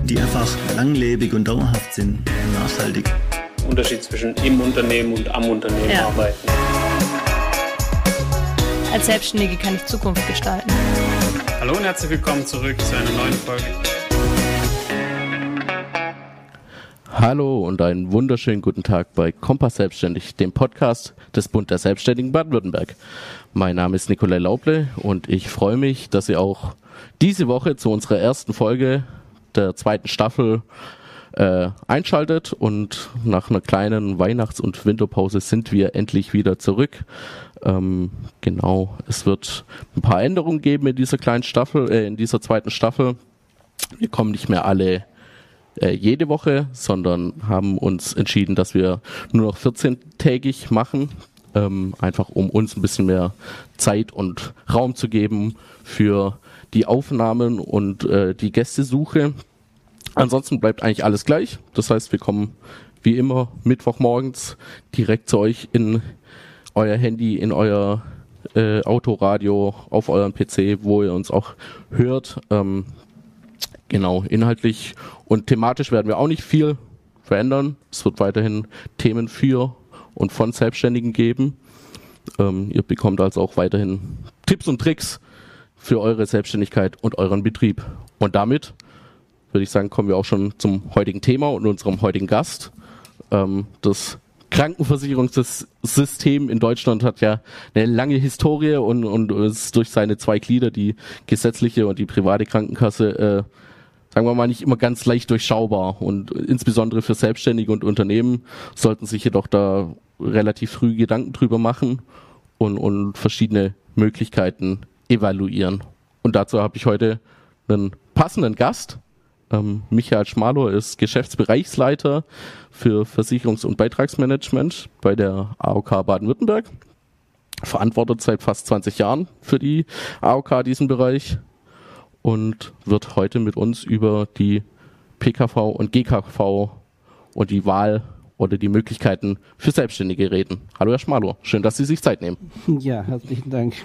die einfach langlebig und dauerhaft sind und nachhaltig. Unterschied zwischen im Unternehmen und am Unternehmen arbeiten. Als Selbstständige kann ich Zukunft gestalten. Hallo und herzlich willkommen zurück zu einer neuen Folge. Hallo und einen wunderschönen guten Tag bei Kompass Selbstständig, dem Podcast des Bund der Selbstständigen Baden-Württemberg. Mein Name ist Nikolai Lauble und ich freue mich, dass ihr auch diese Woche zu unserer ersten Folge der zweiten Staffel einschaltet, und nach einer kleinen Weihnachts- und Winterpause sind wir endlich wieder zurück. Es wird ein paar Änderungen geben in dieser kleinen Staffel, in dieser zweiten Staffel. Wir kommen nicht mehr alle jede Woche, sondern haben uns entschieden, dass wir nur noch 14-tägig machen, einfach um uns ein bisschen mehr Zeit und Raum zu geben für die Aufnahmen und die Gästesuche. Ansonsten bleibt eigentlich alles gleich. Das heißt, wir kommen wie immer Mittwochmorgens direkt zu euch in euer Handy, in euer Autoradio, auf euren PC, wo ihr uns auch hört. Inhaltlich und thematisch werden wir auch nicht viel verändern. Es wird weiterhin Themen für und von Selbstständigen geben. Ihr bekommt also auch weiterhin Tipps und Tricks für eure Selbstständigkeit und euren Betrieb. Und damit würde ich sagen, kommen wir auch schon zum heutigen Thema und unserem heutigen Gast. Das Krankenversicherungssystem in Deutschland hat ja eine lange Historie und ist durch seine zwei Glieder, die gesetzliche und die private Krankenkasse, sagen wir mal, nicht immer ganz leicht durchschaubar. Und insbesondere für Selbstständige und Unternehmen sollten sich jedoch da relativ früh Gedanken drüber machen und verschiedene Möglichkeiten evaluieren. Und dazu habe ich heute einen passenden Gast. Michael Schmalor ist Geschäftsbereichsleiter für Versicherungs- und Beitragsmanagement bei der AOK Baden-Württemberg, verantwortet seit fast 20 Jahren für die AOK diesen Bereich und wird heute mit uns über die PKV und GKV und die Wahl oder die Möglichkeiten für Selbstständige reden. Hallo Herr Schmalor, schön, dass Sie sich Zeit nehmen. Ja, herzlichen Dank.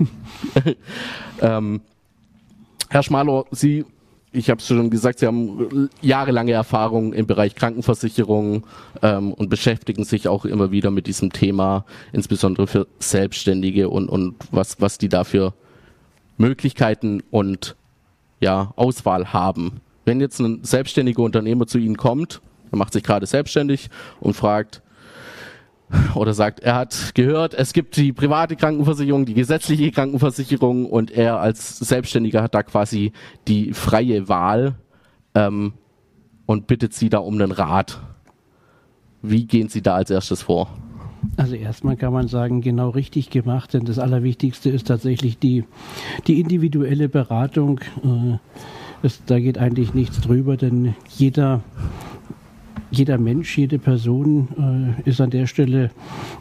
Herr Schmalor, ich habe es schon gesagt, Sie haben jahrelange Erfahrung im Bereich Krankenversicherung und beschäftigen sich auch immer wieder mit diesem Thema, insbesondere für Selbstständige und was die da für Möglichkeiten und Auswahl haben. Wenn jetzt ein selbstständiger Unternehmer zu Ihnen kommt, er macht sich gerade selbstständig und fragt oder sagt, er hat gehört, es gibt die private Krankenversicherung, die gesetzliche Krankenversicherung, und er als Selbstständiger hat da quasi die freie Wahl und bittet Sie da um einen Rat. Wie gehen Sie da als erstes vor? Also erstmal kann man sagen, genau richtig gemacht, denn das Allerwichtigste ist tatsächlich die individuelle Beratung. Da geht eigentlich nichts drüber, denn jeder Mensch, jede Person ist an der Stelle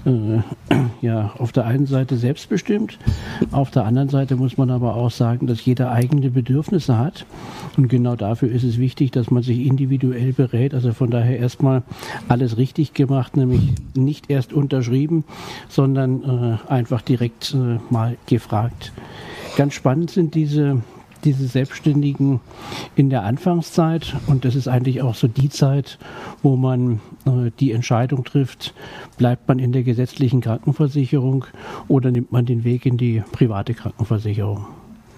auf der einen Seite selbstbestimmt. Auf der anderen Seite muss man aber auch sagen, dass jeder eigene Bedürfnisse hat. Und genau dafür ist es wichtig, dass man sich individuell berät. Also von daher erstmal alles richtig gemacht, nämlich nicht erst unterschrieben, sondern einfach direkt mal gefragt. Ganz spannend sind diese Selbstständigen in der Anfangszeit, und das ist eigentlich auch so die Zeit, wo man die Entscheidung trifft, bleibt man in der gesetzlichen Krankenversicherung oder nimmt man den Weg in die private Krankenversicherung.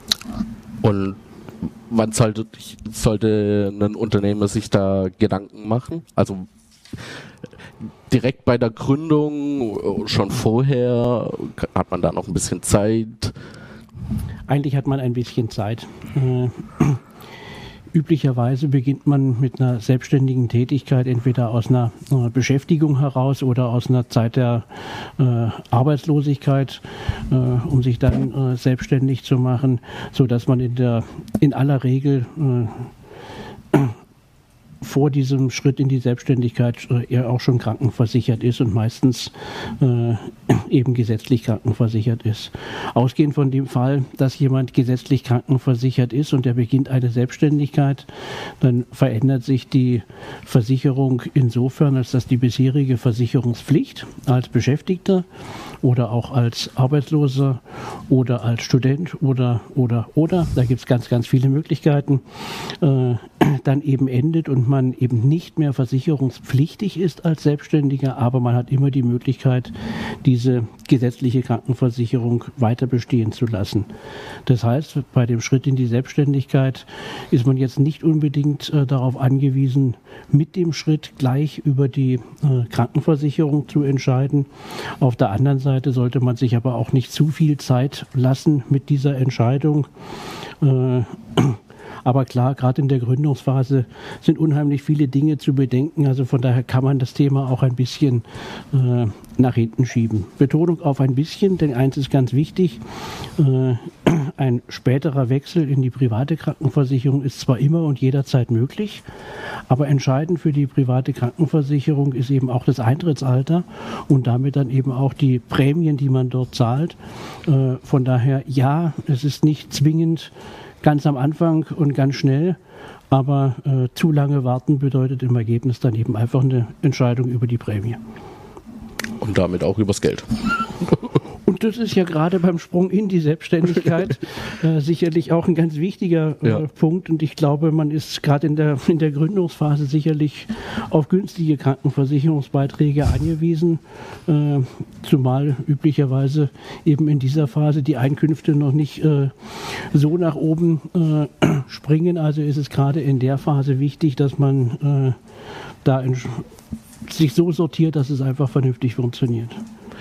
Und wann sollte ein Unternehmer sich da Gedanken machen? Also direkt bei der Gründung, schon vorher, hat man da noch ein bisschen Zeit? Eigentlich hat man ein bisschen Zeit. Üblicherweise beginnt man mit einer selbstständigen Tätigkeit entweder aus einer Beschäftigung heraus oder aus einer Zeit der Arbeitslosigkeit, um sich dann selbstständig zu machen, so dass man in aller Regel vor diesem Schritt in die Selbstständigkeit er auch schon krankenversichert ist und meistens eben gesetzlich krankenversichert ist. Ausgehend von dem Fall, dass jemand gesetzlich krankenversichert ist und er beginnt eine Selbstständigkeit, dann verändert sich die Versicherung insofern, als dass die bisherige Versicherungspflicht als Beschäftigter oder auch als Arbeitsloser oder als Student oder, da gibt es ganz, ganz viele Möglichkeiten, dann eben endet und man eben nicht mehr versicherungspflichtig ist als Selbstständiger, aber man hat immer die Möglichkeit, diese gesetzliche Krankenversicherung weiter bestehen zu lassen. Das heißt, bei dem Schritt in die Selbstständigkeit ist man jetzt nicht unbedingt darauf angewiesen, mit dem Schritt gleich über die Krankenversicherung zu entscheiden. Auf der anderen Seite sollte man sich aber auch nicht zu viel Zeit lassen mit dieser Entscheidung. Aber klar, gerade in der Gründungsphase sind unheimlich viele Dinge zu bedenken. Also von daher kann man das Thema auch ein bisschen nach hinten schieben. Betonung auf ein bisschen, denn eins ist ganz wichtig. Ein späterer Wechsel in die private Krankenversicherung ist zwar immer und jederzeit möglich, aber entscheidend für die private Krankenversicherung ist eben auch das Eintrittsalter und damit dann eben auch die Prämien, die man dort zahlt. Von daher, ja, es ist nicht zwingend ganz am Anfang und ganz schnell, aber zu lange warten bedeutet im Ergebnis dann eben einfach eine Entscheidung über die Prämie. Und damit auch übers Geld. Und das ist ja gerade beim Sprung in die Selbstständigkeit sicherlich auch ein ganz wichtiger Punkt. Und ich glaube, man ist gerade in der Gründungsphase sicherlich auf günstige Krankenversicherungsbeiträge angewiesen, zumal üblicherweise eben in dieser Phase die Einkünfte noch nicht so nach oben springen. Also ist es gerade in der Phase wichtig, dass man da sich so sortiert, dass es einfach vernünftig funktioniert.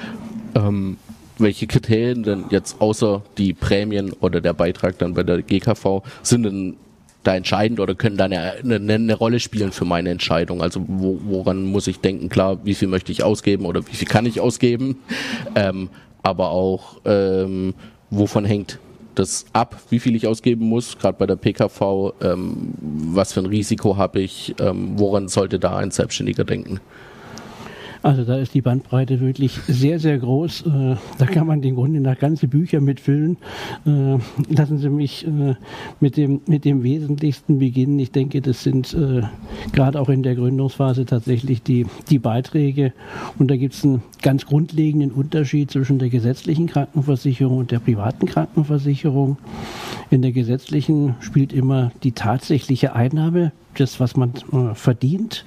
Welche Kriterien denn jetzt außer die Prämien oder der Beitrag dann bei der GKV sind denn da entscheidend oder können da eine Rolle spielen für meine Entscheidung? Also woran muss ich denken? Klar, wie viel möchte ich ausgeben oder wie viel kann ich ausgeben? Aber auch wovon hängt das ab, wie viel ich ausgeben muss, gerade bei der PKV, was für ein Risiko habe ich, woran sollte da ein Selbstständiger denken? Also da ist die Bandbreite wirklich sehr, sehr groß. Da kann man im Grunde nach ganze Bücher mitfüllen. Lassen Sie mich mit dem Wesentlichsten beginnen. Ich denke, das sind gerade auch in der Gründungsphase tatsächlich die Beiträge. Und da gibt es einen ganz grundlegenden Unterschied zwischen der gesetzlichen Krankenversicherung und der privaten Krankenversicherung. In der gesetzlichen spielt immer die tatsächliche Einnahme, das, was man verdient,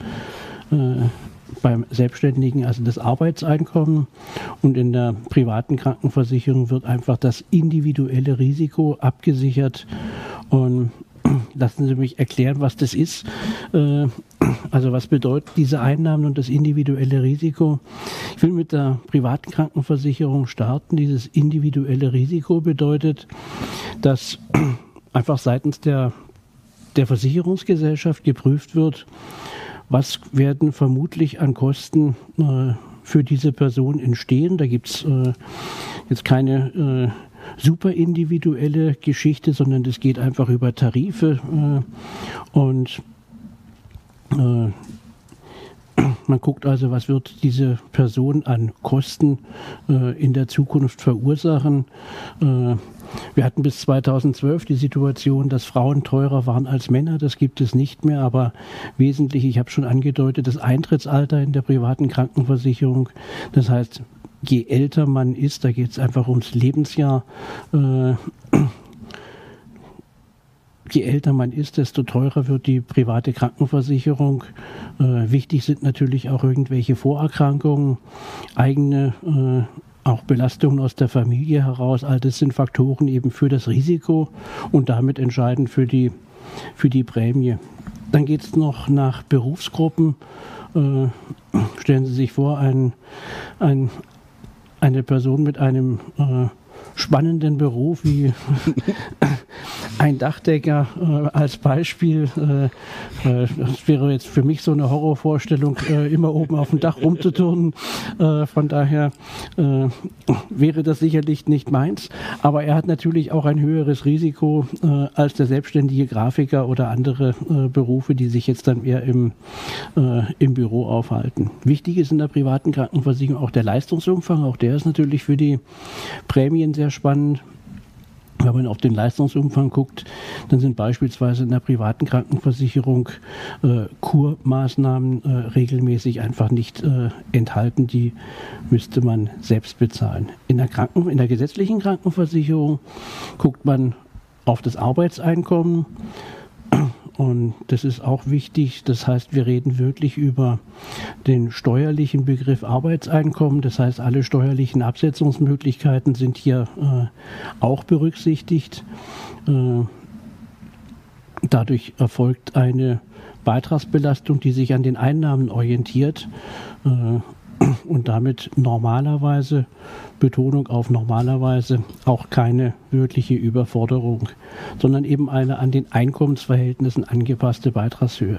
beim Selbstständigen, also das Arbeitseinkommen, und in der privaten Krankenversicherung wird einfach das individuelle Risiko abgesichert. Und lassen Sie mich erklären, was das ist. Also was bedeutet diese Einnahmen und das individuelle Risiko? Ich will mit der privaten Krankenversicherung starten. Dieses individuelle Risiko bedeutet, dass einfach seitens der Versicherungsgesellschaft geprüft wird, was werden vermutlich an Kosten für diese Person entstehen. Da gibt es jetzt keine super individuelle Geschichte, sondern das geht einfach über Tarife und man guckt also, was wird diese Person an Kosten in der Zukunft verursachen. Wir hatten bis 2012 die Situation, dass Frauen teurer waren als Männer. Das gibt es nicht mehr, aber wesentlich, ich habe schon angedeutet, das Eintrittsalter in der privaten Krankenversicherung. Das heißt, je älter man ist, da geht es einfach ums Lebensjahr. Je älter man ist, desto teurer wird die private Krankenversicherung. Wichtig sind natürlich auch irgendwelche Vorerkrankungen, eigene auch Belastungen aus der Familie heraus. All das sind Faktoren eben für das Risiko und damit entscheidend für die Prämie. Dann geht es noch nach Berufsgruppen. Stellen Sie sich vor, eine Person mit einem spannenden Beruf wie ein Dachdecker als Beispiel, das wäre jetzt für mich so eine Horrorvorstellung, immer oben auf dem Dach rumzuturnen. Von daher wäre das sicherlich nicht meins. Aber er hat natürlich auch ein höheres Risiko als der selbstständige Grafiker oder andere Berufe, die sich jetzt dann eher im Büro aufhalten. Wichtig ist in der privaten Krankenversicherung auch der Leistungsumfang. Auch der ist natürlich für die Prämien sehr spannend. Wenn man auf den Leistungsumfang guckt, dann sind beispielsweise in der privaten Krankenversicherung Kurmaßnahmen regelmäßig einfach nicht enthalten. Die müsste man selbst bezahlen. In der gesetzlichen Krankenversicherung guckt man auf das Arbeitseinkommen. Und das ist auch wichtig. Das heißt, wir reden wirklich über den steuerlichen Begriff Arbeitseinkommen. Das heißt, alle steuerlichen Absetzungsmöglichkeiten sind hier auch berücksichtigt. Dadurch erfolgt eine Beitragsbelastung, die sich an den Einnahmen orientiert und damit normalerweise, Betonung auf normalerweise, auch keine wirkliche Überforderung, sondern eben eine an den Einkommensverhältnissen angepasste Beitragshöhe.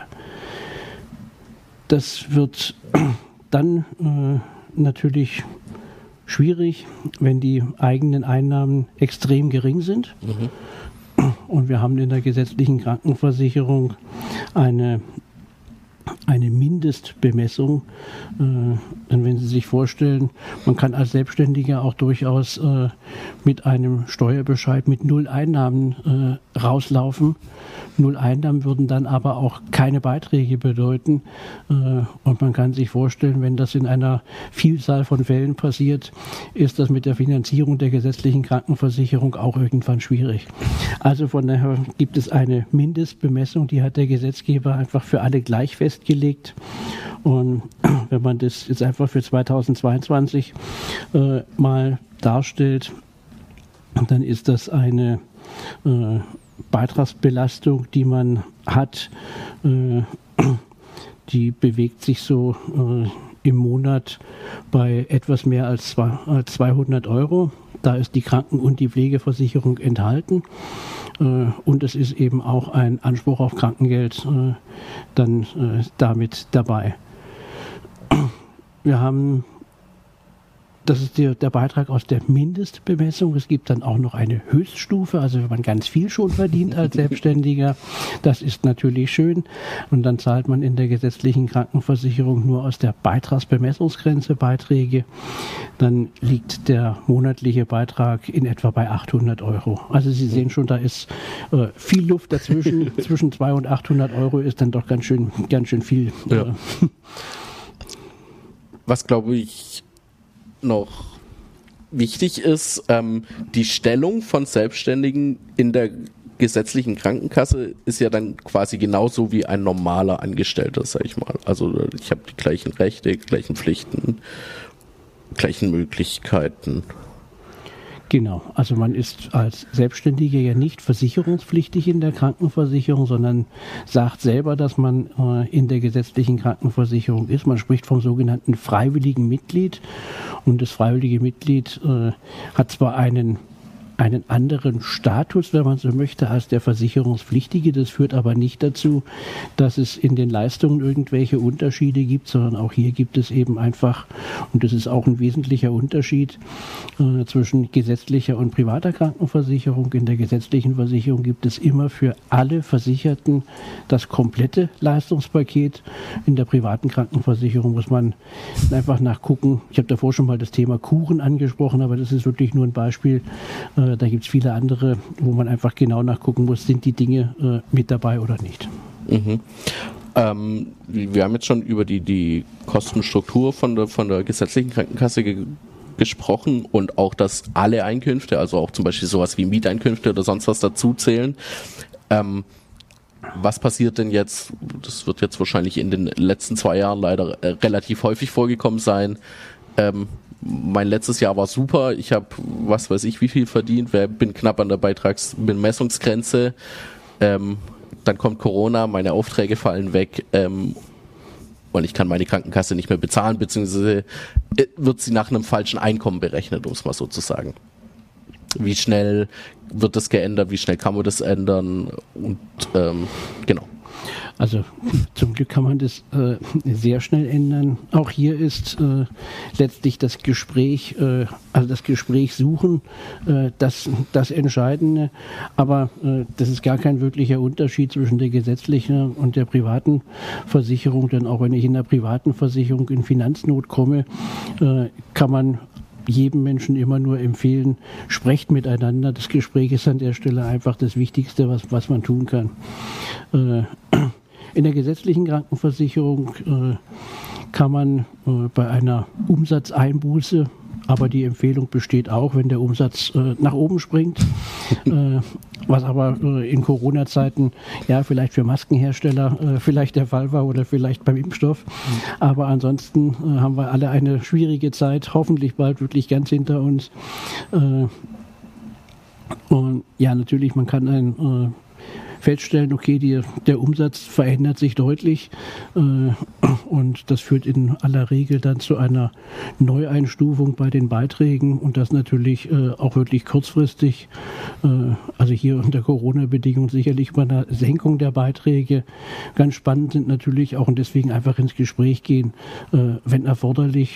Das wird dann natürlich schwierig, wenn die eigenen Einnahmen extrem gering sind. Und wir haben in der gesetzlichen Krankenversicherung eine Mindestbemessung. Denn wenn Sie sich vorstellen, man kann als Selbstständiger auch durchaus mit einem Steuerbescheid mit 0 Einnahmen rauslaufen. 0 Einnahmen würden dann aber auch keine Beiträge bedeuten. Und man kann sich vorstellen, wenn das in einer Vielzahl von Fällen passiert, ist das mit der Finanzierung der gesetzlichen Krankenversicherung auch irgendwann schwierig. Also von daher gibt es eine Mindestbemessung, die hat der Gesetzgeber einfach für alle gleich festgelegt. Und wenn man das jetzt einfach für 2022 mal darstellt, dann ist das eine Beitragsbelastung, die man hat, die bewegt sich so im Monat bei etwas mehr als 200 Euro. Da ist die Kranken- und die Pflegeversicherung enthalten. Und es ist eben auch ein Anspruch auf Krankengeld dann damit dabei. Wir haben, das ist der Beitrag aus der Mindestbemessung. Es gibt dann auch noch eine Höchststufe, also wenn man ganz viel schon verdient als Selbstständiger, das ist natürlich schön. Und dann zahlt man in der gesetzlichen Krankenversicherung nur aus der Beitragsbemessungsgrenze Beiträge. Dann liegt der monatliche Beitrag in etwa bei 800 Euro. Also Sie sehen schon, da ist viel Luft dazwischen. Zwischen 200 und 800 Euro ist dann doch ganz schön viel. Ja. Was, glaube ich, noch wichtig ist, die Stellung von Selbstständigen in der gesetzlichen Krankenkasse ist ja dann quasi genauso wie ein normaler Angestellter, sag ich mal. Also ich habe die gleichen Rechte, gleichen Pflichten, gleichen Möglichkeiten. Genau, also man ist als Selbstständiger ja nicht versicherungspflichtig in der Krankenversicherung, sondern sagt selber, dass man in der gesetzlichen Krankenversicherung ist. Man spricht vom sogenannten freiwilligen Mitglied und das freiwillige Mitglied hat zwar einen anderen Status, wenn man so möchte, als der Versicherungspflichtige. Das führt aber nicht dazu, dass es in den Leistungen irgendwelche Unterschiede gibt, sondern auch hier gibt es eben einfach, und das ist auch ein wesentlicher Unterschied zwischen gesetzlicher und privater Krankenversicherung. In der gesetzlichen Versicherung gibt es immer für alle Versicherten das komplette Leistungspaket. In der privaten Krankenversicherung muss man einfach nachgucken. Ich habe davor schon mal das Thema Kuren angesprochen, aber das ist wirklich nur ein Beispiel. Da gibt es viele andere, wo man einfach genau nachgucken muss, sind die Dinge mit dabei oder nicht. Mhm. Wir haben jetzt schon über die Kostenstruktur von der gesetzlichen Krankenkasse gesprochen und auch, dass alle Einkünfte, also auch zum Beispiel sowas wie Mieteinkünfte oder sonst was dazu zählen. Was passiert denn jetzt? Das wird jetzt wahrscheinlich in den letzten 2 Jahren leider relativ häufig vorgekommen sein. Mein letztes Jahr war super. Ich habe, was weiß ich, wie viel verdient. Bin knapp an der Beitragsbemessungsgrenze. Dann kommt Corona, meine Aufträge fallen weg und ich kann meine Krankenkasse nicht mehr bezahlen, beziehungsweise wird sie nach einem falschen Einkommen berechnet, um es mal so zu sagen. Wie schnell wird das geändert? Wie schnell kann man das ändern? Und genau. Also zum Glück kann man das sehr schnell ändern. Auch hier ist letztlich das Gespräch, also das Gespräch suchen, das Entscheidende. Aber das ist gar kein wirklicher Unterschied zwischen der gesetzlichen und der privaten Versicherung. Denn auch wenn ich in der privaten Versicherung in Finanznot komme, kann man jedem Menschen immer nur empfehlen, sprecht miteinander. Das Gespräch ist an der Stelle einfach das Wichtigste, was man tun kann. In der gesetzlichen Krankenversicherung kann man bei einer Umsatzeinbuße, aber die Empfehlung besteht auch, wenn der Umsatz nach oben springt, was aber in Corona-Zeiten ja vielleicht für Maskenhersteller vielleicht der Fall war oder vielleicht beim Impfstoff. Aber ansonsten haben wir alle eine schwierige Zeit, hoffentlich bald wirklich ganz hinter uns. Und ja, natürlich, man kann feststellen, okay, der Umsatz verändert sich deutlich und das führt in aller Regel dann zu einer Neueinstufung bei den Beiträgen und das natürlich auch wirklich kurzfristig, also hier unter Corona-Bedingungen sicherlich bei einer Senkung der Beiträge. Ganz spannend sind natürlich auch und deswegen einfach ins Gespräch gehen, wenn erforderlich.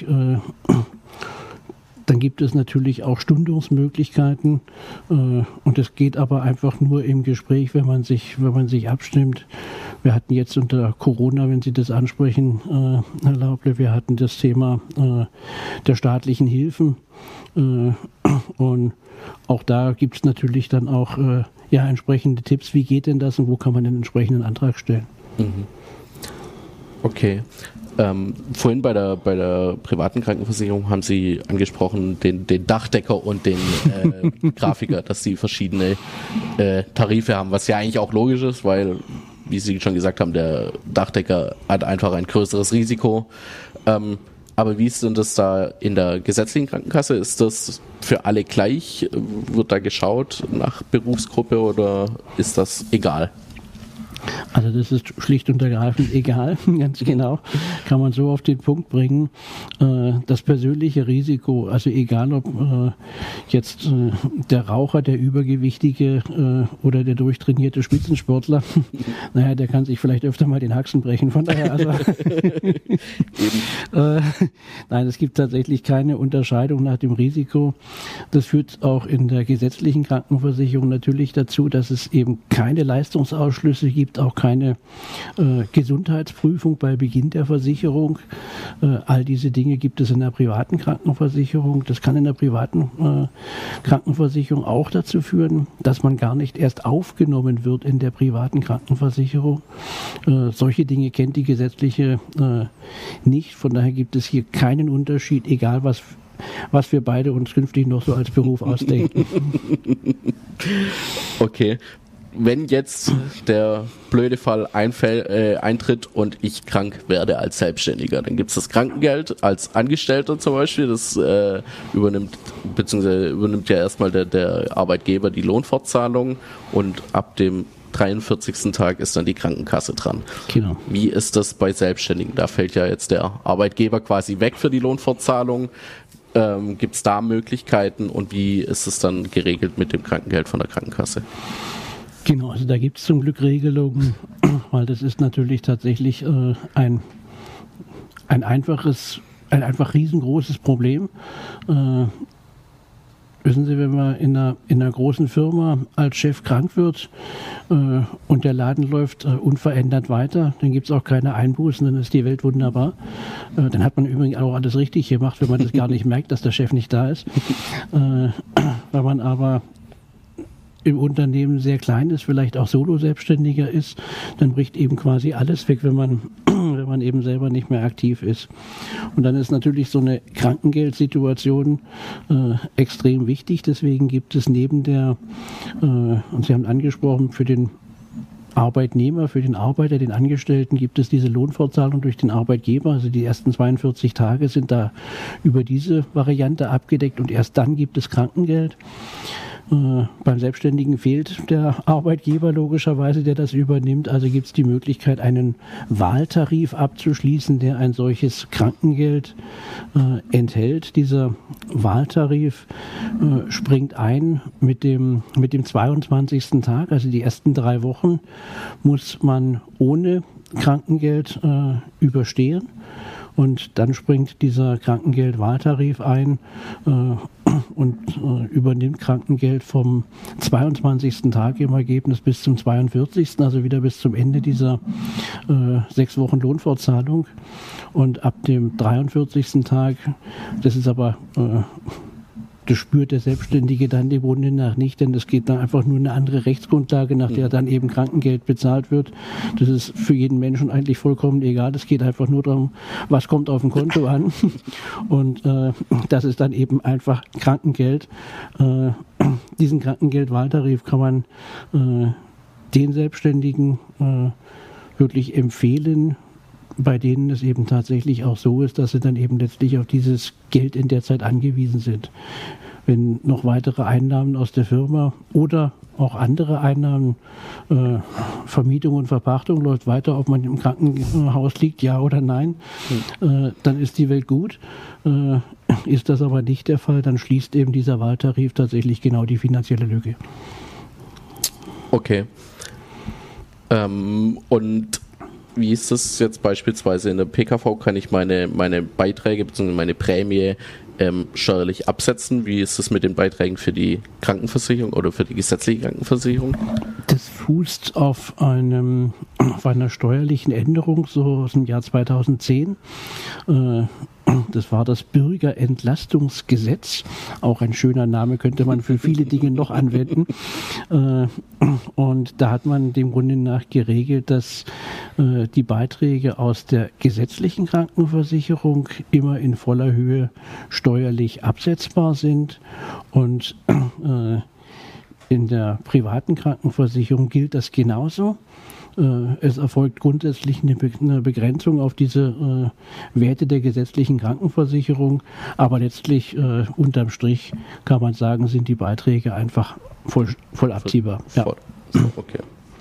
Dann gibt es natürlich auch Stundungsmöglichkeiten und es geht aber einfach nur im Gespräch, wenn man sich abstimmt. Wir hatten jetzt unter Corona, wenn Sie das ansprechen, Herr Lauble, wir hatten das Thema der staatlichen Hilfen und auch da gibt es natürlich dann auch entsprechende Tipps, wie geht denn das und wo kann man den entsprechenden Antrag stellen. Okay. Vorhin bei der privaten Krankenversicherung haben Sie angesprochen, den Dachdecker und den Grafiker, dass sie verschiedene Tarife haben, was ja eigentlich auch logisch ist, weil, wie Sie schon gesagt haben, der Dachdecker hat einfach ein größeres Risiko. Aber wie ist denn das da in der gesetzlichen Krankenkasse? Ist das für alle gleich? Wird da geschaut nach Berufsgruppe oder ist das egal? Also das ist schlicht und ergreifend egal, ganz genau, kann man so auf den Punkt bringen. Das persönliche Risiko, also egal ob jetzt der Raucher, der Übergewichtige oder der durchtrainierte Spitzensportler, naja, der kann sich vielleicht öfter mal den Haxen brechen, von daher also nein, es gibt tatsächlich keine Unterscheidung nach dem Risiko. Das führt auch in der gesetzlichen Krankenversicherung natürlich dazu, dass es eben keine Leistungsausschlüsse gibt, auch keine Gesundheitsprüfung bei Beginn der Versicherung. All diese Dinge gibt es in der privaten Krankenversicherung. Das kann in der privaten Krankenversicherung auch dazu führen, dass man gar nicht erst aufgenommen wird in der privaten Krankenversicherung. Solche Dinge kennt die gesetzliche nicht. Von daher gibt es hier keinen Unterschied, egal was wir beide uns künftig noch so als Beruf ausdenken. Okay. Wenn jetzt der blöde Fall eintritt und ich krank werde als Selbstständiger, dann gibt es das Krankengeld als Angestellter zum Beispiel, das übernimmt ja erstmal der Arbeitgeber die Lohnfortzahlung und ab dem 43. Tag ist dann die Krankenkasse dran. Genau. Wie ist das bei Selbstständigen? Da fällt ja jetzt der Arbeitgeber quasi weg für die Lohnfortzahlung. Gibt es da Möglichkeiten und wie ist es dann geregelt mit dem Krankengeld von der Krankenkasse? Genau, also da gibt es zum Glück Regelungen, weil das ist natürlich tatsächlich ein einfach riesengroßes Problem. Wissen Sie, wenn man in einer großen Firma als Chef krank wird und der Laden läuft unverändert weiter, dann gibt es auch keine Einbußen, dann ist die Welt wunderbar. Dann hat man übrigens auch alles richtig gemacht, wenn man das gar nicht merkt, dass der Chef nicht da ist. Wenn man aber im Unternehmen sehr klein ist, vielleicht auch Solo-Selbstständiger ist, dann bricht eben quasi alles weg, wenn man eben selber nicht mehr aktiv ist. Und dann ist natürlich so eine Krankengeldsituation extrem wichtig. Deswegen gibt es neben der, und Sie haben angesprochen, für den Arbeitnehmer, für den Arbeiter, den Angestellten gibt es diese Lohnfortzahlung durch den Arbeitgeber. Also die ersten 42 Tage sind da über diese Variante abgedeckt und erst dann gibt es Krankengeld. Beim Selbstständigen fehlt der Arbeitgeber logischerweise, der das übernimmt. Also gibt es die Möglichkeit, einen Wahltarif abzuschließen, der ein solches Krankengeld enthält. Dieser Wahltarif springt ein mit dem 22. Tag, also die ersten 3 Wochen muss man ohne Krankengeld überstehen. Und dann springt dieser Krankengeld-Wahltarif ein und übernimmt Krankengeld vom 22. Tag im Ergebnis bis zum 42., also wieder bis zum Ende dieser 6 Wochen Lohnfortzahlung. Und ab dem 43. Tag, das ist aber das spürt der Selbstständige dann dem Grunde nach nicht, denn es geht dann einfach nur eine andere Rechtsgrundlage, nach der dann eben Krankengeld bezahlt wird. Das ist für jeden Menschen eigentlich vollkommen egal. Es geht einfach nur darum, was kommt auf dem Konto an. Und das ist dann eben einfach Krankengeld. Diesen Krankengeld-Wahltarif kann man den Selbstständigen wirklich empfehlen, bei denen es eben tatsächlich auch so ist, dass sie dann eben letztlich auf dieses Geld in der Zeit angewiesen sind. Wenn noch weitere Einnahmen aus der Firma oder auch andere Einnahmen, Vermietung und Verpachtung läuft weiter, ob man im Krankenhaus liegt, ja oder nein, dann ist die Welt gut. Ist das aber nicht der Fall, dann schließt eben dieser Wahltarif tatsächlich genau die finanzielle Lücke. Okay. Und wie ist das jetzt beispielsweise in der PKV? Kann ich meine Beiträge bzw. meine Prämie steuerlich absetzen? Wie ist das mit den Beiträgen für die Krankenversicherung oder für die gesetzliche Krankenversicherung? Das fußt auf einer steuerlichen Änderung so aus dem Jahr 2010. Das war das Bürgerentlastungsgesetz. Auch ein schöner Name, könnte man für viele Dinge noch anwenden. Und da hat man dem Grunde nach geregelt, dass die Beiträge aus der gesetzlichen Krankenversicherung immer in voller Höhe steuerlich absetzbar sind. Und in der privaten Krankenversicherung gilt das genauso. Es erfolgt grundsätzlich eine Begrenzung auf diese Werte der gesetzlichen Krankenversicherung, aber letztlich unterm Strich kann man sagen, sind die Beiträge einfach voll abziehbar. Ja. Okay.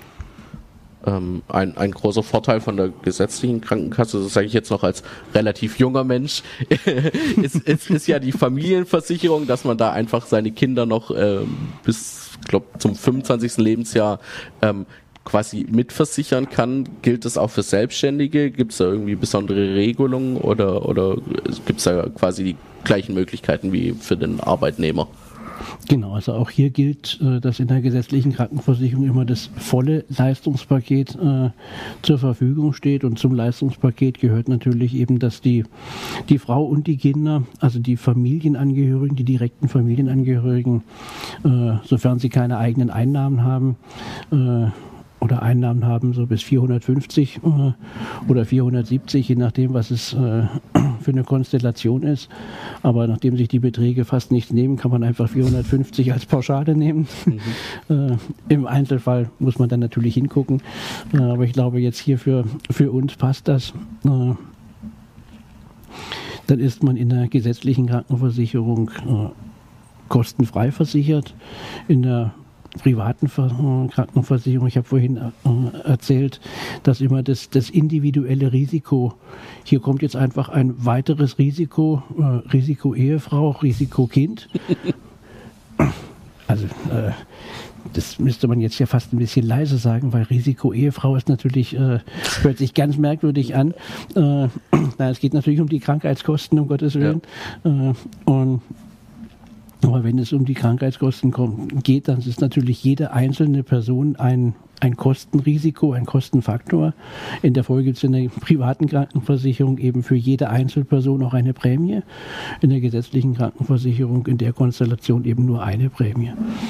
Ein großer Vorteil von der gesetzlichen Krankenkasse, das sage ich jetzt noch als relativ junger Mensch, ist ja die Familienversicherung, dass man da einfach seine Kinder noch bis, glaube zum 25. Lebensjahr quasi mitversichern kann. Gilt das auch für Selbstständige? Gibt es da irgendwie besondere Regelungen oder gibt es da quasi die gleichen Möglichkeiten wie für den Arbeitnehmer? Genau, also auch hier gilt, dass in der gesetzlichen Krankenversicherung immer das volle Leistungspaket zur Verfügung steht, und zum Leistungspaket gehört natürlich eben, dass die Frau und die Kinder, also die Familienangehörigen, die direkten Familienangehörigen, sofern sie keine eigenen Einnahmen haben, oder Einnahmen haben, so bis 450 oder 470, je nachdem, was es für eine Konstellation ist. Aber nachdem sich die Beträge fast nichts nehmen, kann man einfach 450 als Pauschale nehmen. Im Einzelfall muss man dann natürlich hingucken. Aber ich glaube, jetzt hier für uns passt das. Dann ist man in der gesetzlichen Krankenversicherung kostenfrei versichert. In der privaten Krankenversicherung, ich habe vorhin erzählt, dass immer das individuelle Risiko, hier kommt jetzt einfach ein weiteres Risiko, Risiko Ehefrau, Risiko Kind. Also das müsste man jetzt ja fast ein bisschen leise sagen, weil Risiko Ehefrau ist natürlich, hört sich ganz merkwürdig an. Es geht natürlich um die Krankheitskosten, um Gottes Willen. Ja. Aber wenn es um die Krankheitskosten geht, dann ist natürlich jede einzelne Person ein Kostenrisiko, ein Kostenfaktor. In der Folge gibt es in der privaten Krankenversicherung eben für jede Einzelperson auch eine Prämie. In der gesetzlichen Krankenversicherung in der Konstellation eben nur eine Prämie.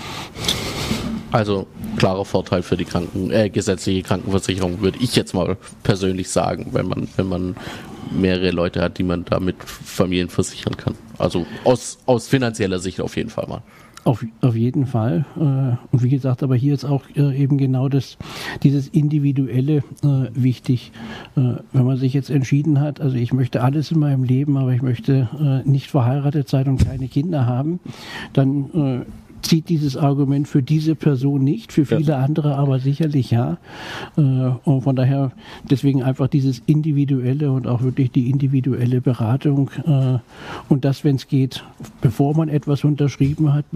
Also klarer Vorteil für die gesetzliche Krankenversicherung, würde ich jetzt mal persönlich sagen, wenn man mehrere Leute hat, die man damit Familien versichern kann. Also aus finanzieller Sicht auf jeden Fall mal. Auf jeden Fall. Und wie gesagt, aber hier ist auch eben genau dieses Individuelle wichtig. Wenn man sich jetzt entschieden hat, also ich möchte alles in meinem Leben, aber ich möchte nicht verheiratet sein und keine Kinder haben, dann zieht dieses Argument für diese Person nicht, für viele andere aber sicherlich ja. Und von daher deswegen einfach dieses Individuelle und auch wirklich die individuelle Beratung und das, wenn es geht, bevor man etwas unterschrieben hat,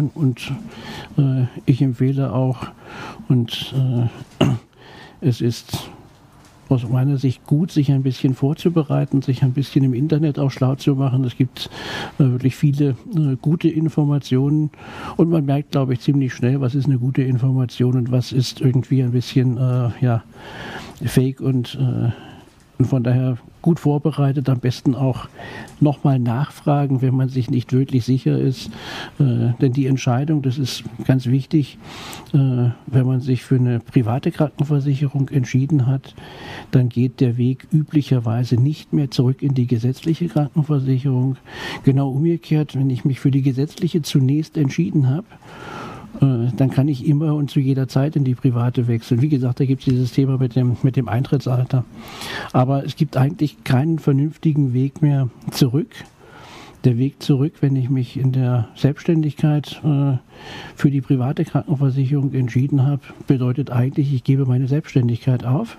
ich empfehle auch und es ist aus meiner Sicht gut, sich ein bisschen vorzubereiten, sich ein bisschen im Internet auch schlau zu machen. Es gibt wirklich viele gute Informationen und man merkt, glaube ich, ziemlich schnell, was ist eine gute Information und was ist irgendwie ein bisschen fake und von daher gut vorbereitet, am besten auch nochmal nachfragen, wenn man sich nicht wirklich sicher ist. Denn die Entscheidung, das ist ganz wichtig, wenn man sich für eine private Krankenversicherung entschieden hat, dann geht der Weg üblicherweise nicht mehr zurück in die gesetzliche Krankenversicherung. Genau umgekehrt, wenn ich mich für die gesetzliche zunächst entschieden habe, dann kann ich immer und zu jeder Zeit in die private wechseln. Wie gesagt, da gibt es dieses Thema mit dem Eintrittsalter. Aber es gibt eigentlich keinen vernünftigen Weg mehr zurück. Der Weg zurück, wenn ich mich in der Selbstständigkeit für die private Krankenversicherung entschieden habe, bedeutet eigentlich, ich gebe meine Selbstständigkeit auf.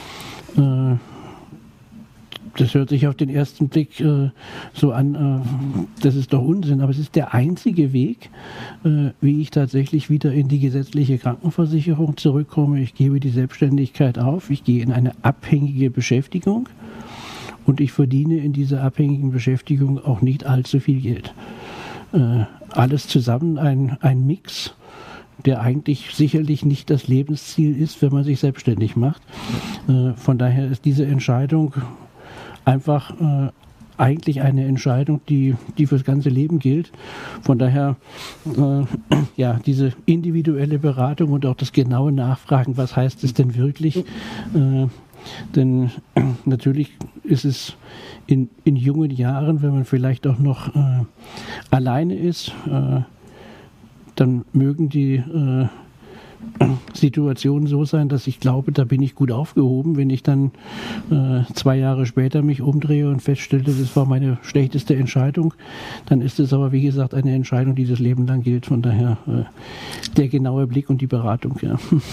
Das hört sich auf den ersten Blick so an, das ist doch Unsinn, aber es ist der einzige Weg, wie ich tatsächlich wieder in die gesetzliche Krankenversicherung zurückkomme. Ich gebe die Selbstständigkeit auf, ich gehe in eine abhängige Beschäftigung und ich verdiene in dieser abhängigen Beschäftigung auch nicht allzu viel Geld. Alles zusammen ein Mix, der eigentlich sicherlich nicht das Lebensziel ist, wenn man sich selbstständig macht. Von daher ist diese Entscheidung einfach eigentlich eine Entscheidung, die fürs ganze Leben gilt. Von daher, diese individuelle Beratung und auch das genaue Nachfragen, was heißt es denn wirklich? Denn natürlich ist es in jungen Jahren, wenn man vielleicht auch noch alleine ist, dann mögen die Situation so sein, dass ich glaube, da bin ich gut aufgehoben. Wenn ich dann 2 Jahre später mich umdrehe und feststelle, das war meine schlechteste Entscheidung, dann ist es aber, wie gesagt, eine Entscheidung, die das Leben lang gilt. Von daher der genaue Blick und die Beratung. Ja.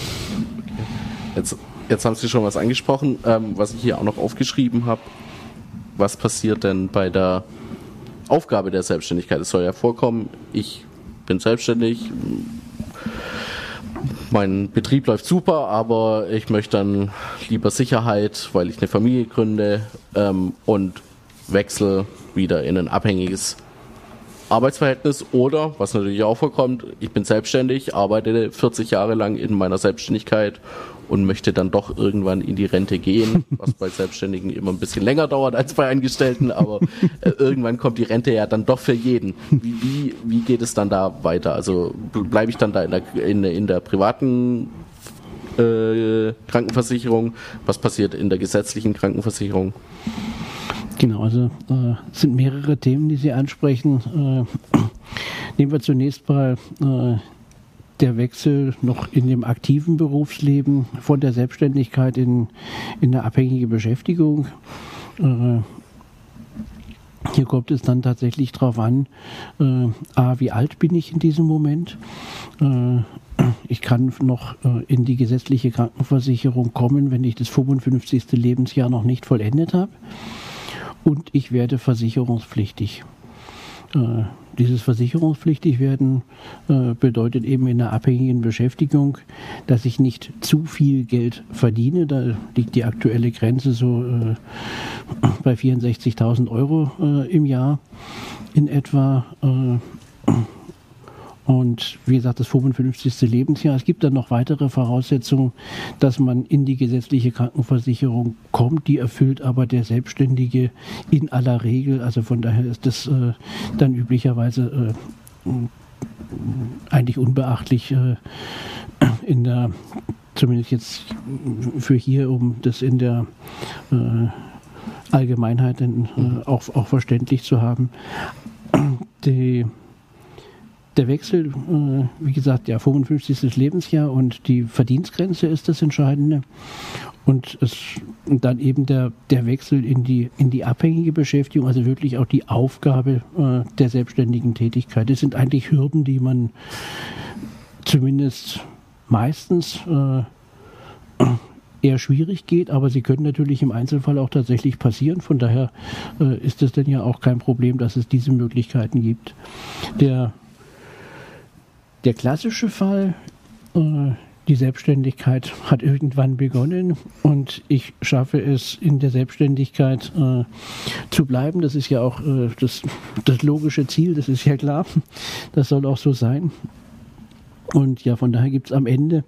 Jetzt haben Sie schon was angesprochen, was ich hier auch noch aufgeschrieben habe. Was passiert denn bei der Aufgabe der Selbstständigkeit? Es soll ja vorkommen, ich bin selbstständig, mein Betrieb läuft super, aber ich möchte dann lieber Sicherheit, weil ich eine Familie gründe und wechsle wieder in ein abhängiges Arbeitsverhältnis. Oder, was natürlich auch vorkommt, ich bin selbstständig, arbeite 40 Jahre lang in meiner Selbstständigkeit und möchte dann doch irgendwann in die Rente gehen, was bei Selbstständigen immer ein bisschen länger dauert als bei Angestellten, aber irgendwann kommt die Rente ja dann doch für jeden. Wie geht es dann da weiter? Also bleibe ich dann da in der privaten Krankenversicherung? Was passiert in der gesetzlichen Krankenversicherung? Genau, also es sind mehrere Themen, die Sie ansprechen. Nehmen wir zunächst mal der Wechsel noch in dem aktiven Berufsleben von der Selbstständigkeit in eine abhängige Beschäftigung. Hier kommt es dann tatsächlich darauf an, wie alt bin ich in diesem Moment. Ich kann noch in die gesetzliche Krankenversicherung kommen, wenn ich das 55. Lebensjahr noch nicht vollendet habe. Und ich werde versicherungspflichtig. Dieses Versicherungspflichtigwerden bedeutet eben in einer abhängigen Beschäftigung, dass ich nicht zu viel Geld verdiene. Da liegt die aktuelle Grenze so bei 64.000 Euro im Jahr in etwa. Und wie gesagt, das 55. Lebensjahr. Es gibt dann noch weitere Voraussetzungen, dass man in die gesetzliche Krankenversicherung kommt. Die erfüllt aber der Selbstständige in aller Regel. Also von daher ist das dann üblicherweise eigentlich unbeachtlich zumindest jetzt für hier, um das in der Allgemeinheit auch verständlich zu haben. Der Wechsel, wie gesagt, 55. Lebensjahr und die Verdienstgrenze ist das Entscheidende. Und es dann eben der Wechsel in die abhängige Beschäftigung, also wirklich auch die Aufgabe der selbstständigen Tätigkeit. Das sind eigentlich Hürden, die man zumindest meistens eher schwierig geht, aber sie können natürlich im Einzelfall auch tatsächlich passieren. Von daher ist es dann ja auch kein Problem, dass es diese Möglichkeiten gibt. Der klassische Fall, die Selbstständigkeit hat irgendwann begonnen und ich schaffe es, in der Selbstständigkeit zu bleiben. Das ist ja auch das logische Ziel, das ist ja klar. Das soll auch so sein. Und ja, von daher gibt es am Ende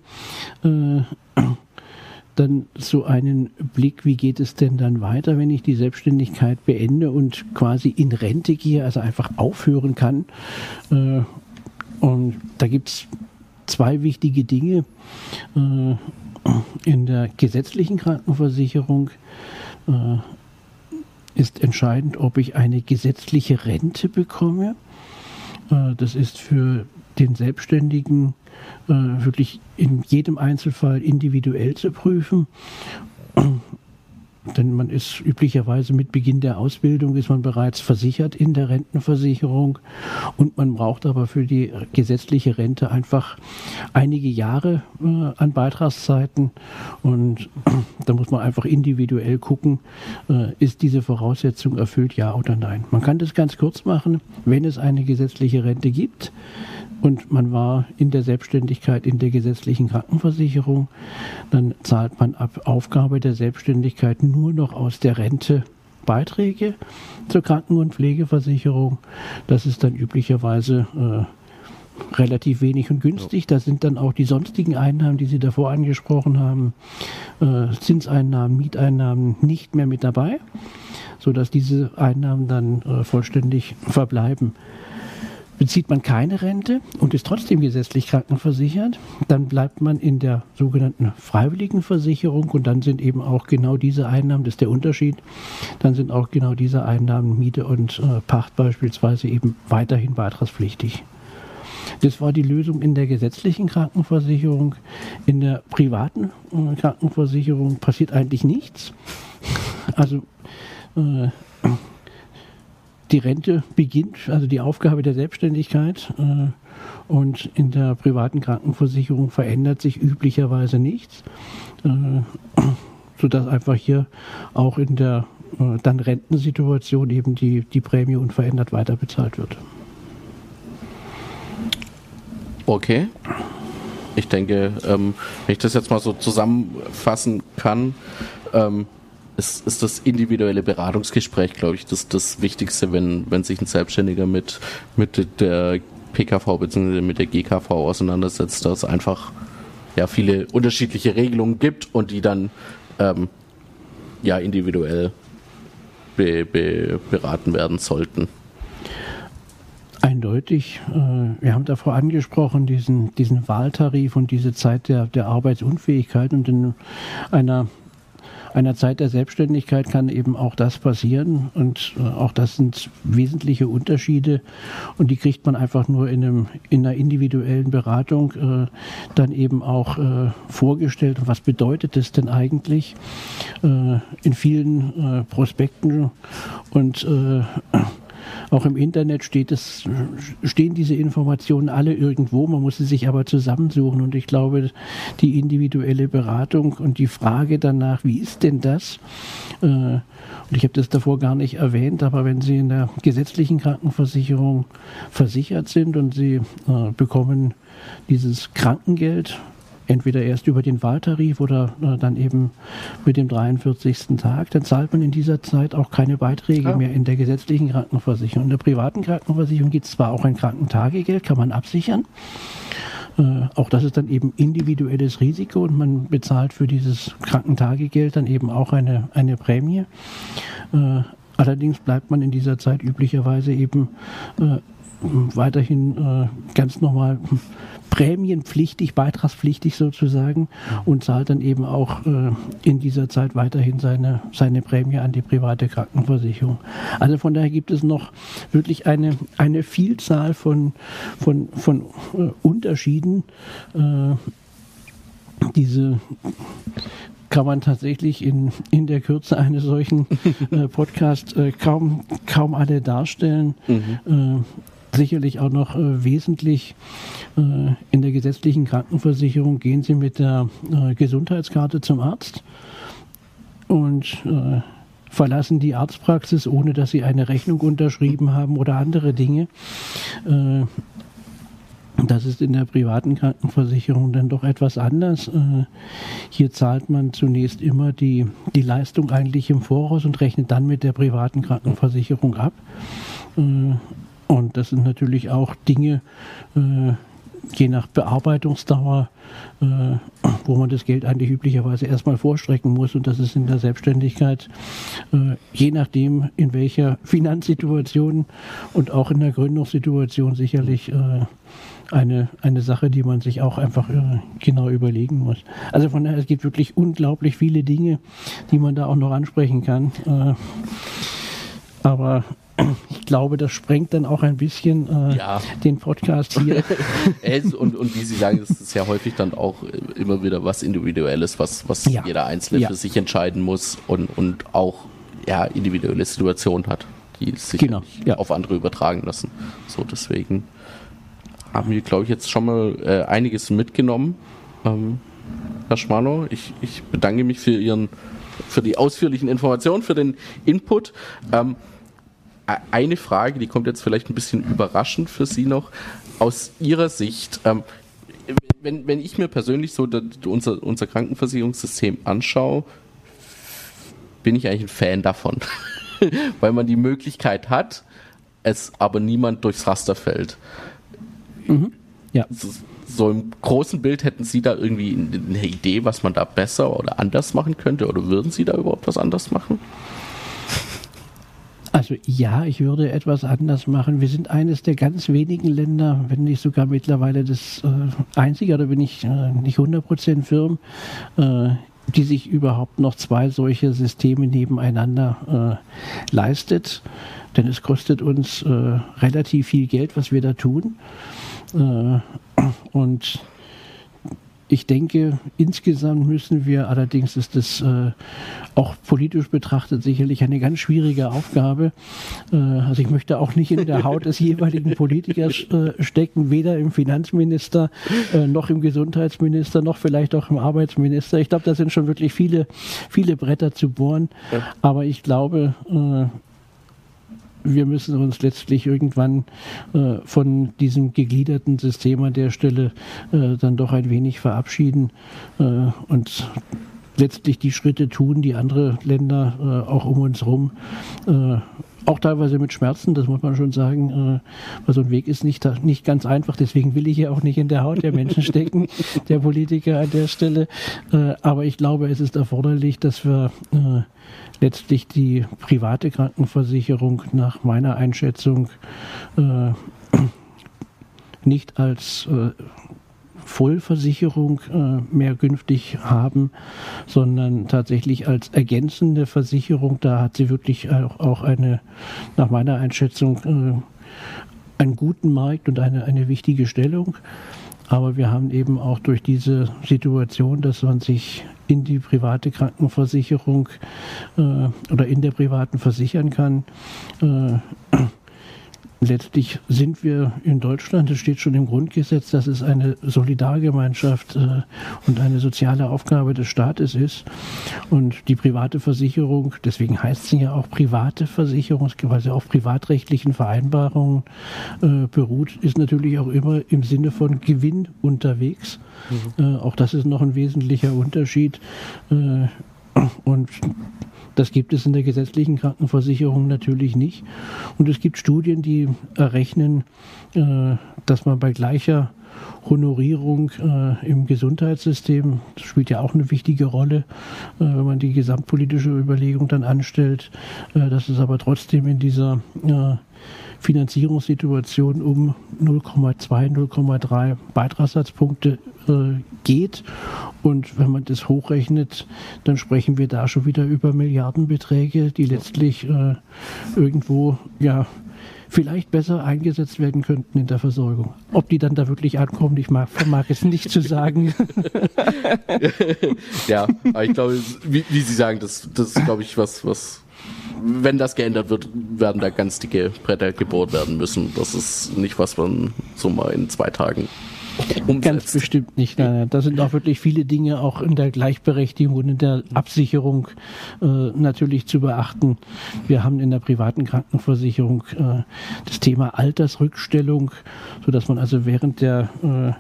dann so einen Blick, wie geht es denn dann weiter, wenn ich die Selbstständigkeit beende und quasi in Rente gehe, also einfach aufhören kann. Und da gibt es zwei wichtige Dinge. In der gesetzlichen Krankenversicherung ist entscheidend, ob ich eine gesetzliche Rente bekomme. Das ist für den Selbstständigen wirklich in jedem Einzelfall individuell zu prüfen. Denn man ist üblicherweise mit Beginn der Ausbildung ist man bereits versichert in der Rentenversicherung und man braucht aber für die gesetzliche Rente einfach einige Jahre an Beitragszeiten und da muss man einfach individuell gucken, ist diese Voraussetzung erfüllt, ja oder nein. Man kann das ganz kurz machen, wenn es eine gesetzliche Rente gibt und man war in der Selbstständigkeit in der gesetzlichen Krankenversicherung, dann zahlt man ab Aufgabe der Selbstständigkeit nur noch aus der Rente Beiträge zur Kranken- und Pflegeversicherung. Das ist dann üblicherweise relativ wenig und günstig. Da sind dann auch die sonstigen Einnahmen, die Sie davor angesprochen haben, Zinseinnahmen, Mieteinnahmen nicht mehr mit dabei, sodass diese Einnahmen dann vollständig verbleiben. Bezieht man keine Rente und ist trotzdem gesetzlich krankenversichert, dann bleibt man in der sogenannten freiwilligen Versicherung und dann sind eben auch genau diese Einnahmen, das ist der Unterschied, dann sind auch genau diese Einnahmen, Miete und Pacht beispielsweise eben weiterhin beitragspflichtig. Das war die Lösung in der gesetzlichen Krankenversicherung. In der privaten Krankenversicherung passiert eigentlich nichts. Also die Rente beginnt, also die Aufgabe der Selbstständigkeit und in der privaten Krankenversicherung verändert sich üblicherweise nichts, sodass einfach hier auch in der dann Rentensituation eben die Prämie unverändert weiterbezahlt wird. Okay. Ich denke, wenn ich das jetzt mal so zusammenfassen kann, ist das individuelle Beratungsgespräch, glaube ich, das Wichtigste, wenn sich ein Selbstständiger mit der PKV bzw. mit der GKV auseinandersetzt, dass es einfach viele unterschiedliche Regelungen gibt und die dann individuell beraten werden sollten. Eindeutig. Wir haben davor angesprochen, diesen Wahltarif und diese Zeit der Arbeitsunfähigkeit und in einer Zeit der Selbstständigkeit kann eben auch das passieren und auch das sind wesentliche Unterschiede und die kriegt man einfach nur in einer individuellen Beratung dann eben auch vorgestellt. Und was bedeutet das denn eigentlich in vielen Prospekten und auch im Internet stehen diese Informationen alle irgendwo, man muss sie sich aber zusammensuchen und ich glaube, die individuelle Beratung und die Frage danach, wie ist denn das? Und ich habe das davor gar nicht erwähnt, aber wenn Sie in der gesetzlichen Krankenversicherung versichert sind und Sie bekommen dieses Krankengeld, entweder erst über den Wahltarif oder dann eben mit dem 43. Tag, dann zahlt man in dieser Zeit auch keine Beiträge mehr in der gesetzlichen Krankenversicherung. In der privaten Krankenversicherung gibt es zwar auch ein Krankentagegeld, kann man absichern. Auch das ist dann eben individuelles Risiko und man bezahlt für dieses Krankentagegeld dann eben auch eine Prämie. Allerdings bleibt man in dieser Zeit üblicherweise eben weiterhin ganz normal prämienpflichtig, beitragspflichtig sozusagen und zahlt dann eben auch in dieser Zeit weiterhin seine Prämie an die private Krankenversicherung. Also von daher gibt es noch wirklich eine Vielzahl von Unterschieden. kann man tatsächlich in der Kürze eines solchen Podcasts kaum alle darstellen. Sicherlich auch noch wesentlich in der gesetzlichen Krankenversicherung gehen Sie mit der Gesundheitskarte zum Arzt und verlassen die Arztpraxis, ohne dass Sie eine Rechnung unterschrieben haben oder andere Dinge. Das ist in der privaten Krankenversicherung dann doch etwas anders. Hier zahlt man zunächst immer die Leistung eigentlich im Voraus und rechnet dann mit der privaten Krankenversicherung ab. Und das sind natürlich auch Dinge, je nach Bearbeitungsdauer, wo man das Geld eigentlich üblicherweise erstmal vorstrecken muss. Und das ist in der Selbstständigkeit, je nachdem in welcher Finanzsituation und auch in der Gründungssituation sicherlich eine Sache, die man sich auch einfach genau überlegen muss. Also von daher, es gibt wirklich unglaublich viele Dinge, die man da auch noch ansprechen kann. Aber ich glaube, das sprengt dann auch ein bisschen den Podcast hier. und wie Sie sagen, es ist ja häufig dann auch immer wieder was Individuelles, was jeder Einzelne für sich entscheiden muss und auch individuelle Situationen hat, die sich auf andere übertragen lassen. So, deswegen haben wir, glaube ich, jetzt schon mal einiges mitgenommen. Herr Schmalow, ich bedanke mich für die ausführlichen Informationen, für den Input. Eine Frage, die kommt jetzt vielleicht ein bisschen überraschend für Sie noch. Aus Ihrer Sicht, wenn ich mir persönlich so unser Krankenversicherungssystem anschaue, bin ich eigentlich ein Fan davon. Weil man die Möglichkeit hat, es aber niemand durchs Raster fällt. Ja. So im großen Bild, hätten Sie da irgendwie eine Idee, was man da besser oder anders machen könnte? Oder würden Sie da überhaupt was anders machen? Also ja, ich würde etwas anders machen. Wir sind eines der ganz wenigen Länder, wenn nicht sogar mittlerweile das einzige, da bin ich nicht 100% firm, die sich überhaupt noch zwei solche Systeme nebeneinander leistet. Denn es kostet uns relativ viel Geld, was wir da tun. Und ich denke, insgesamt müssen wir, allerdings ist das auch politisch betrachtet sicherlich eine ganz schwierige Aufgabe. Also ich möchte auch nicht in der Haut des jeweiligen Politikers stecken, weder im Finanzminister noch im Gesundheitsminister noch vielleicht auch im Arbeitsminister. Ich glaube, da sind schon wirklich viele Bretter zu bohren. Aber ich glaube, wir müssen uns letztlich irgendwann von diesem gegliederten System an der Stelle dann doch ein wenig verabschieden und letztlich die Schritte tun, die andere Länder auch um uns herum auch teilweise mit Schmerzen, das muss man schon sagen, weil so ein Weg ist nicht ganz einfach, deswegen will ich ja auch nicht in der Haut der Menschen stecken, der Politiker an der Stelle, aber ich glaube, es ist erforderlich, dass wir letztlich die private Krankenversicherung nach meiner Einschätzung nicht als Vollversicherung mehr künftig haben, sondern tatsächlich als ergänzende Versicherung. Da hat sie wirklich auch eine, nach meiner Einschätzung, einen guten Markt und eine wichtige Stellung. Aber wir haben eben auch durch diese Situation, dass man sich in die private Krankenversicherung oder in der privaten versichern kann. Letztlich sind wir in Deutschland, es steht schon im Grundgesetz, dass es eine Solidargemeinschaft und eine soziale Aufgabe des Staates ist. Und die private Versicherung, deswegen heißt sie ja auch private Versicherung, weil sie auf privatrechtlichen Vereinbarungen beruht, ist natürlich auch immer im Sinne von Gewinn unterwegs. Auch das ist noch ein wesentlicher Unterschied. Und das gibt es in der gesetzlichen Krankenversicherung natürlich nicht. Und es gibt Studien, die errechnen, dass man bei gleicher Honorierung im Gesundheitssystem, das spielt ja auch eine wichtige Rolle, wenn man die gesamtpolitische Überlegung dann anstellt, dass es aber trotzdem in dieser Finanzierungssituation um 0,2, 0,3 Beitragssatzpunkte geht. Und wenn man das hochrechnet, dann sprechen wir da schon wieder über Milliardenbeträge, die letztlich irgendwo vielleicht besser eingesetzt werden könnten in der Versorgung. Ob die dann da wirklich ankommen, ich vermag es nicht zu sagen. Ja, aber ich glaube, wie Sie sagen, das ist, glaube ich, was, wenn das geändert wird, werden da ganz dicke Bretter gebohrt werden müssen. Das ist nicht, was man so mal in 2 Tagen umsetzt. Ganz bestimmt nicht. Nein. Da sind auch wirklich viele Dinge auch in der Gleichberechtigung und in der Absicherung natürlich zu beachten. Wir haben in der privaten Krankenversicherung das Thema Altersrückstellung, sodass man also während der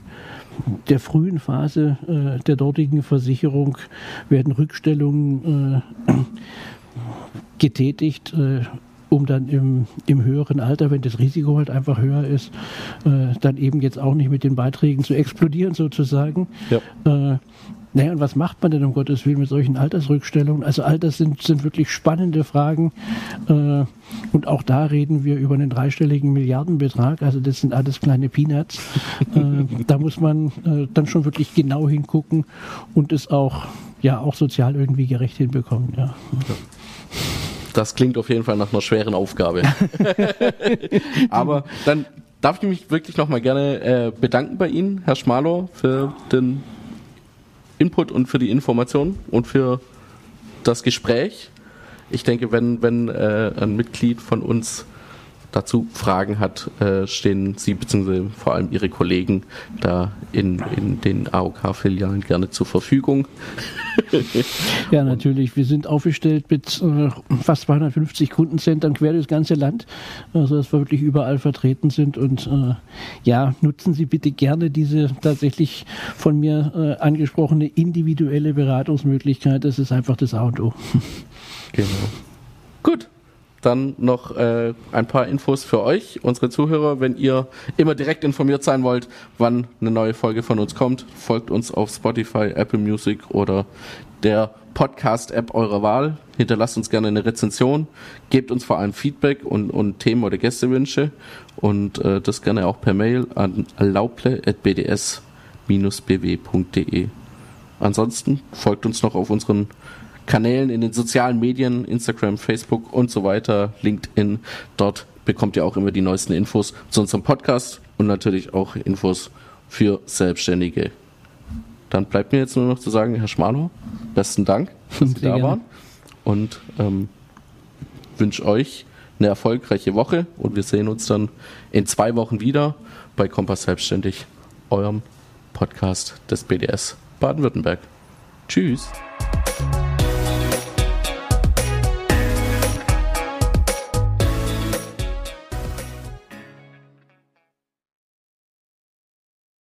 frühen Phase der dortigen Versicherung werden Rückstellungen getätigt, um dann im höheren Alter, wenn das Risiko halt einfach höher ist, dann eben jetzt auch nicht mit den Beiträgen zu explodieren sozusagen. Ja. Naja, und was macht man denn um Gottes Willen mit solchen Altersrückstellungen? Also all das sind wirklich spannende Fragen. Und auch da reden wir über einen 3-stelligen Milliardenbetrag. Also das sind alles kleine Peanuts. Da muss man dann schon wirklich genau hingucken und es auch sozial irgendwie gerecht hinbekommen. Ja. Das klingt auf jeden Fall nach einer schweren Aufgabe. Aber dann darf ich mich wirklich nochmal gerne bedanken bei Ihnen, Herr Schmalow, für den Input und für die Information und für das Gespräch. Ich denke, wenn ein Mitglied von uns dazu Fragen hat, stehen Sie bzw. vor allem Ihre Kollegen da in den AOK-Filialen gerne zur Verfügung. Ja, natürlich. Wir sind aufgestellt mit fast 250 Kundenzentren quer durchs ganze Land, also dass wir wirklich überall vertreten sind. Und nutzen Sie bitte gerne diese tatsächlich von mir angesprochene individuelle Beratungsmöglichkeit. Das ist einfach das A und O. Genau. Gut. Dann noch ein paar Infos für euch, unsere Zuhörer. Wenn ihr immer direkt informiert sein wollt, wann eine neue Folge von uns kommt, folgt uns auf Spotify, Apple Music oder der Podcast-App eurer Wahl. Hinterlasst uns gerne eine Rezension, gebt uns vor allem Feedback und Themen oder Gästewünsche und das gerne auch per Mail an lauple@bds-bw.de. Ansonsten folgt uns noch auf unseren Kanälen in den sozialen Medien, Instagram, Facebook und so weiter, LinkedIn. Dort bekommt ihr auch immer die neuesten Infos zu unserem Podcast und natürlich auch Infos für Selbstständige. Dann bleibt mir jetzt nur noch zu sagen, Herr Schmalow, besten Dank, dass Sie da waren und wünsche euch eine erfolgreiche Woche und wir sehen uns dann in 2 Wochen wieder bei Kompass Selbstständig, eurem Podcast des BDS Baden-Württemberg. Tschüss.